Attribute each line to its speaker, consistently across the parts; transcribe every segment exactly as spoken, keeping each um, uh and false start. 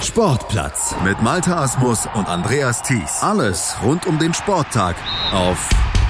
Speaker 1: Sportplatz mit Malte Asmus und Andreas Thies. Alles rund um den Sporttag auf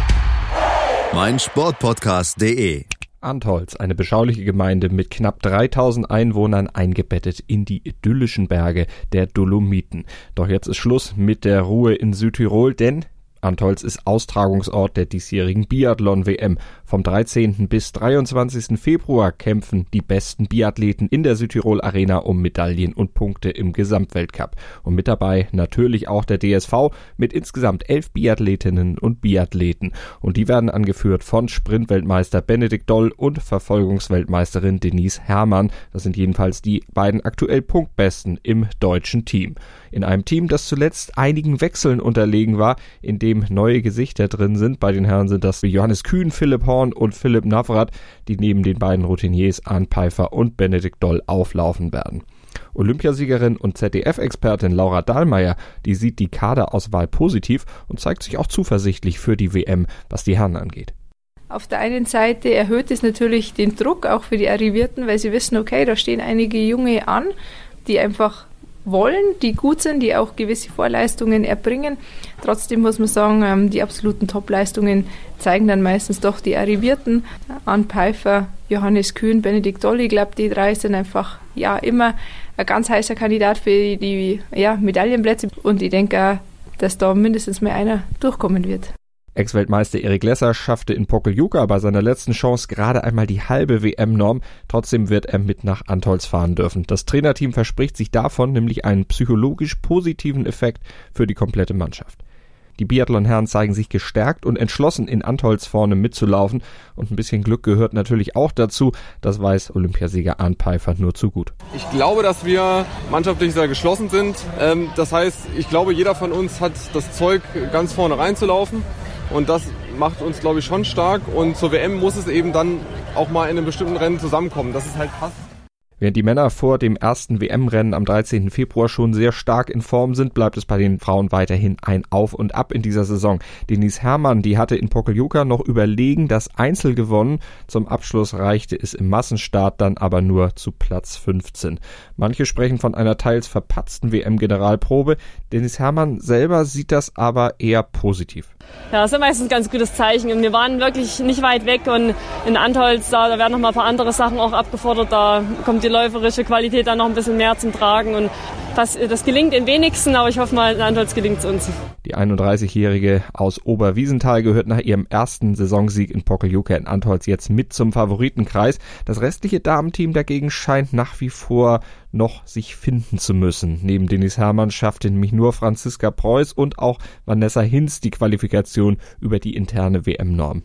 Speaker 1: meinsportpodcast punkt de.
Speaker 2: Antholz, eine beschauliche Gemeinde mit knapp dreitausend Einwohnern, eingebettet in die idyllischen Berge der Dolomiten. Doch jetzt ist Schluss mit der Ruhe in Südtirol, denn Antholz ist Austragungsort der diesjährigen Biathlon-W M. Vom dreizehnten bis dreiundzwanzigsten Februar kämpfen die besten Biathleten in der Südtirol Arena um Medaillen und Punkte im Gesamtweltcup. Und mit dabei natürlich auch der D S V mit insgesamt elf Biathletinnen und Biathleten. Und die werden angeführt von Sprintweltmeister Benedikt Doll und Verfolgungsweltmeisterin Denise Herrmann. Das sind jedenfalls die beiden aktuell Punktbesten im deutschen Team. In einem Team, das zuletzt einigen Wechseln unterlegen war, in dem neue Gesichter drin sind. Bei den Herren sind das Johannes Kühn, Philipp Horn und Philipp Navrat, die neben den beiden Routiniers Arnd Peiffer und Benedikt Doll auflaufen werden. Olympiasiegerin und Z D F-Expertin Laura Dahlmeier, die sieht die Kaderauswahl positiv und zeigt sich auch zuversichtlich für die W M, was die Herren angeht.
Speaker 3: Auf der einen Seite erhöht es natürlich den Druck auch für die Arrivierten, weil sie wissen, okay, da stehen einige Junge an, die einfach wollen, die gut sind, die auch gewisse Vorleistungen erbringen. Trotzdem muss man sagen, die absoluten Top-Leistungen zeigen dann meistens doch die Arrivierten. Arnd Peiffer, Johannes Kühn, Benedikt Doll, ich glaube, die drei sind einfach ja immer ein ganz heißer Kandidat für die, die ja, Medaillenplätze. Und ich denke auch, dass da mindestens mehr einer durchkommen wird.
Speaker 2: Ex-Weltmeister Erik Lesser schaffte in Pokljuka bei seiner letzten Chance gerade einmal die halbe W M-Norm. Trotzdem wird er mit nach Antholz fahren dürfen. Das Trainerteam verspricht sich davon nämlich einen psychologisch positiven Effekt für die komplette Mannschaft. Die Biathlon-Herren zeigen sich gestärkt und entschlossen, in Antholz vorne mitzulaufen. Und ein bisschen Glück gehört natürlich auch dazu. Das weiß Olympiasieger Arnd Peiffer nur zu gut.
Speaker 4: Ich glaube, dass wir mannschaftlich sehr geschlossen sind. Das heißt, ich glaube, jeder von uns hat das Zeug, ganz vorne reinzulaufen. Und das macht uns, glaube ich, schon stark. Und zur W M muss es eben dann auch mal in einem bestimmten Rennen zusammenkommen, dass es halt passt.
Speaker 2: Während die Männer vor dem ersten W M-Rennen am dreizehnten Februar schon sehr stark in Form sind, bleibt es bei den Frauen weiterhin ein Auf und Ab in dieser Saison. Denise Herrmann, die hatte in Pokljuka noch überlegen das Einzel gewonnen. Zum Abschluss reichte es im Massenstart dann aber nur zu Platz fünfzehn. Manche sprechen von einer teils verpatzten W M-Generalprobe. Denise Herrmann selber sieht das aber eher positiv.
Speaker 5: Ja, das ist meistens ein ganz gutes Zeichen. Und wir waren wirklich nicht weit weg und in Antholz, da, da werden noch mal ein paar andere Sachen auch abgefordert. Da kommt die läuferische Qualität dann noch ein bisschen mehr zum Tragen. Und das, das gelingt den wenigsten, aber ich hoffe mal, in Antholz gelingt es uns.
Speaker 2: Die einunddreißigjährige aus Oberwiesenthal gehört nach ihrem ersten Saisonsieg in Pokljuka in Antholz jetzt mit zum Favoritenkreis. Das restliche Damenteam dagegen scheint nach wie vor noch sich finden zu müssen. Neben Denise Herrmann schaffte nämlich nur Franziska Preuß und auch Vanessa Hinz die Qualifikation über die interne W M-Norm.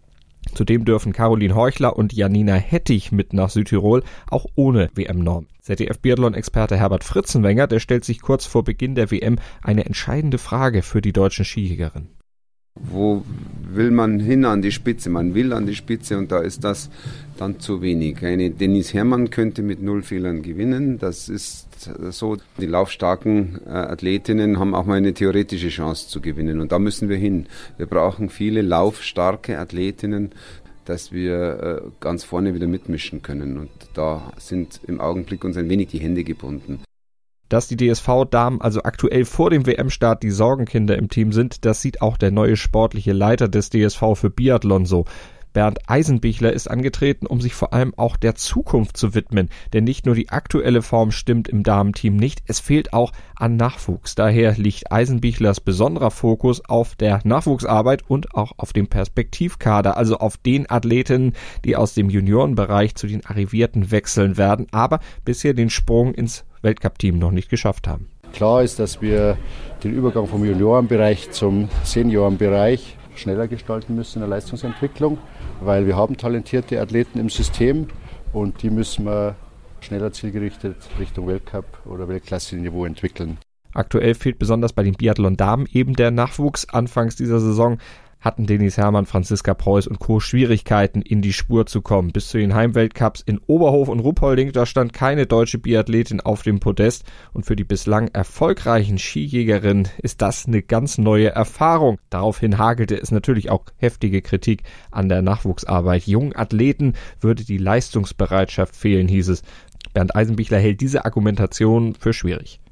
Speaker 2: Zudem dürfen Caroline Horchler und Janina Hettich mit nach Südtirol, auch ohne W M-Norm. Z D F-Biathlon-Experte Herbert Fritzenwenger, der stellt sich kurz vor Beginn der W M eine entscheidende Frage für die deutschen Skijägerinnen.
Speaker 6: Wo will man hin an die Spitze? Man will an die Spitze und da ist das dann zu wenig. Eine Denise Herrmann könnte mit null Fehlern gewinnen. Das ist so. Die laufstarken äh, Athletinnen haben auch mal eine theoretische Chance zu gewinnen und da müssen wir hin. Wir brauchen viele laufstarke Athletinnen, dass wir äh, ganz vorne wieder mitmischen können und da sind im Augenblick uns ein wenig die Hände gebunden.
Speaker 2: Dass die D S V-Damen also aktuell vor dem W M-Start die Sorgenkinder im Team sind, das sieht auch der neue sportliche Leiter des D S V für Biathlon so. Bernd Eisenbichler ist angetreten, um sich vor allem auch der Zukunft zu widmen. Denn nicht nur die aktuelle Form stimmt im Damenteam nicht, es fehlt auch an Nachwuchs. Daher liegt Eisenbichlers besonderer Fokus auf der Nachwuchsarbeit und auch auf dem Perspektivkader, also auf den Athletinnen, die aus dem Juniorenbereich zu den Arrivierten wechseln werden, aber bisher den Sprung ins Weltcup-Team noch nicht geschafft haben.
Speaker 7: Klar ist, dass wir den Übergang vom Juniorenbereich zum Seniorenbereich schneller gestalten müssen in der Leistungsentwicklung, weil wir haben talentierte Athleten im System und die müssen wir schneller zielgerichtet Richtung Weltcup oder Weltklasse-Niveau entwickeln.
Speaker 2: Aktuell fehlt besonders bei den Biathlon-Damen eben der Nachwuchs. Anfangs dieser Saison hatten Denise Herrmann, Franziska Preuß und Co. Schwierigkeiten, in die Spur zu kommen. Bis zu den Heimweltcups in Oberhof und Ruppolding, da stand keine deutsche Biathletin auf dem Podest. Und für die bislang erfolgreichen Skijägerinnen ist das eine ganz neue Erfahrung. Daraufhin hagelte es natürlich auch heftige Kritik an der Nachwuchsarbeit. Jungen Athleten würde die Leistungsbereitschaft fehlen, hieß es. Bernd Eisenbichler hält diese Argumentation für schwierig.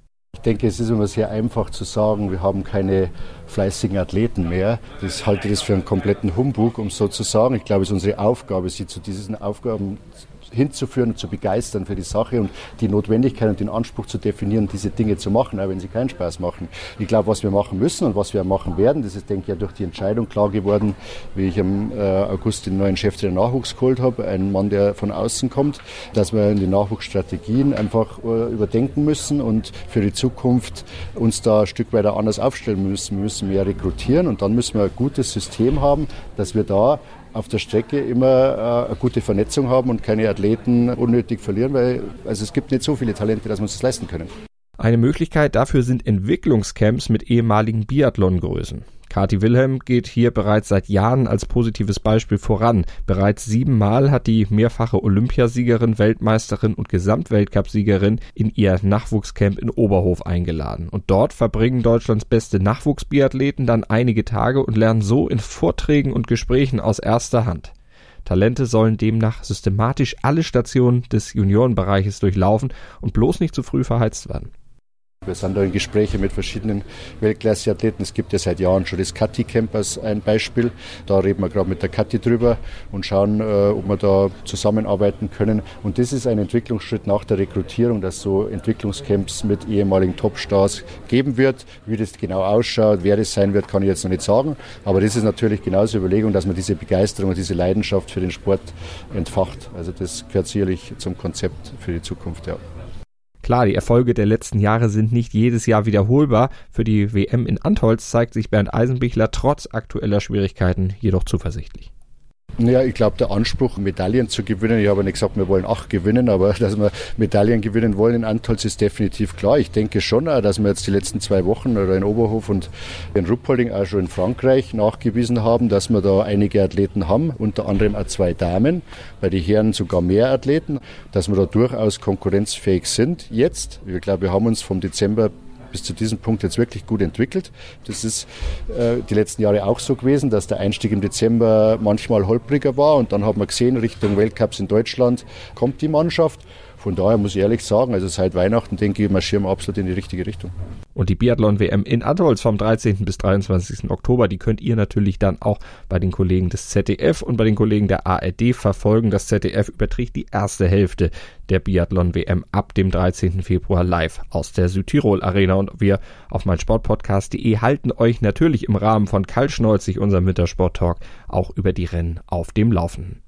Speaker 7: denke, es ist immer sehr einfach zu sagen, wir haben keine fleißigen Athleten mehr. Das halte ich das für einen kompletten Humbug, um so zu sagen. Ich glaube, es ist unsere Aufgabe, sie zu diesen Aufgaben hinzuführen und zu begeistern für die Sache und die Notwendigkeit und den Anspruch zu definieren, diese Dinge zu machen, auch wenn sie keinen Spaß machen. Ich glaube, was wir machen müssen und was wir machen werden, das ist, denke ich, ja durch die Entscheidung klar geworden, wie ich im äh, August den neuen Chef der Nachwuchs geholt habe, einen Mann, der von außen kommt, dass wir in den Nachwuchsstrategien einfach äh, überdenken müssen und für die Zukunft uns da ein Stück weiter anders aufstellen müssen. Wir müssen mehr rekrutieren und dann müssen wir ein gutes System haben, dass wir da auf der Strecke immer äh, eine gute Vernetzung haben und keine Athleten unnötig verlieren, weil also es gibt nicht so viele Talente, dass wir uns das leisten können.
Speaker 2: Eine Möglichkeit dafür sind Entwicklungscamps mit ehemaligen Biathlongrößen. Kathi Wilhelm geht hier bereits seit Jahren als positives Beispiel voran. Bereits siebenmal hat die mehrfache Olympiasiegerin, Weltmeisterin und Gesamtweltcupsiegerin in ihr Nachwuchscamp in Oberhof eingeladen. Und dort verbringen Deutschlands beste Nachwuchsbiathleten dann einige Tage und lernen so in Vorträgen und Gesprächen aus erster Hand. Talente sollen demnach systematisch alle Stationen des Juniorenbereiches durchlaufen und bloß nicht zu früh verheizt werden.
Speaker 7: Wir sind da in Gespräche mit verschiedenen Weltklasse-Athleten. Es gibt ja seit Jahren schon das Kathi-Camp als ein Beispiel. Da reden wir gerade mit der Kathi drüber und schauen, äh, ob wir da zusammenarbeiten können. Und das ist ein Entwicklungsschritt nach der Rekrutierung, dass es so Entwicklungscamps mit ehemaligen Topstars geben wird. Wie das genau ausschaut, wer das sein wird, kann ich jetzt noch nicht sagen. Aber das ist natürlich genauso Überlegung, dass man diese Begeisterung und diese Leidenschaft für den Sport entfacht. Also das gehört sicherlich zum Konzept für die Zukunft, ja.
Speaker 2: Klar, die Erfolge der letzten Jahre sind nicht jedes Jahr wiederholbar. Für die W M in Antholz zeigt sich Bernd Eisenbichler trotz aktueller Schwierigkeiten jedoch zuversichtlich.
Speaker 7: Ja, ich glaube, der Anspruch, Medaillen zu gewinnen, ich habe nicht gesagt, wir wollen acht gewinnen, aber dass wir Medaillen gewinnen wollen in Antholz ist definitiv klar. Ich denke schon auch, dass wir jetzt die letzten zwei Wochen oder in Oberhof und in Ruppolding, auch schon in Frankreich, nachgewiesen haben, dass wir da einige Athleten haben, unter anderem auch zwei Damen, bei den Herren sogar mehr Athleten, dass wir da durchaus konkurrenzfähig sind jetzt. Ich glaube, wir haben uns vom Dezember bis zu diesem Punkt jetzt wirklich gut entwickelt. Das ist äh, die letzten Jahre auch so gewesen, dass der Einstieg im Dezember manchmal holpriger war und dann hat man gesehen, Richtung Weltcups in Deutschland kommt die Mannschaft. Von daher muss ich ehrlich sagen, also seit Weihnachten denke ich, marschieren wir absolut in die richtige Richtung.
Speaker 2: Und die Biathlon-W M in Antholz vom dreizehnten bis dreiundzwanzigsten Oktober, die könnt ihr natürlich dann auch bei den Kollegen des Z D F und bei den Kollegen der A R D verfolgen. Das Z D F überträgt die erste Hälfte der Biathlon-W M ab dem dreizehnten Februar live aus der Südtirol Arena. Und wir auf meinsportpodcast punkt de halten euch natürlich im Rahmen von Kaltschneuzig, unserem Wintersport-Talk, auch über die Rennen auf dem Laufenden.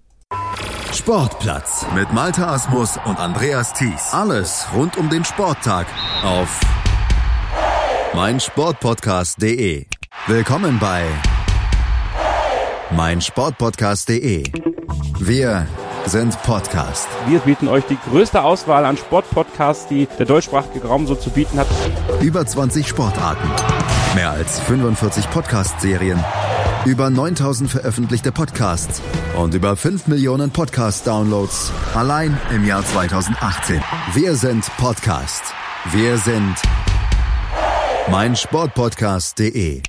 Speaker 1: Sportplatz mit Malte Asmus und Andreas Thies. Alles rund um den Sporttag auf meinsportpodcast punkt de. Willkommen bei meinsportpodcast punkt de. Wir sind Podcast.
Speaker 8: Wir bieten euch die größte Auswahl an Sportpodcasts, die der deutschsprachige Raum so zu bieten hat.
Speaker 1: Über zwanzig Sportarten, mehr als fünfundvierzig Podcast-Serien, über neuntausend veröffentlichte Podcasts und über fünf Millionen Podcast-Downloads allein im Jahr zweitausendachtzehn. Wir sind Podcast. Wir sind meinsportpodcast punkt de.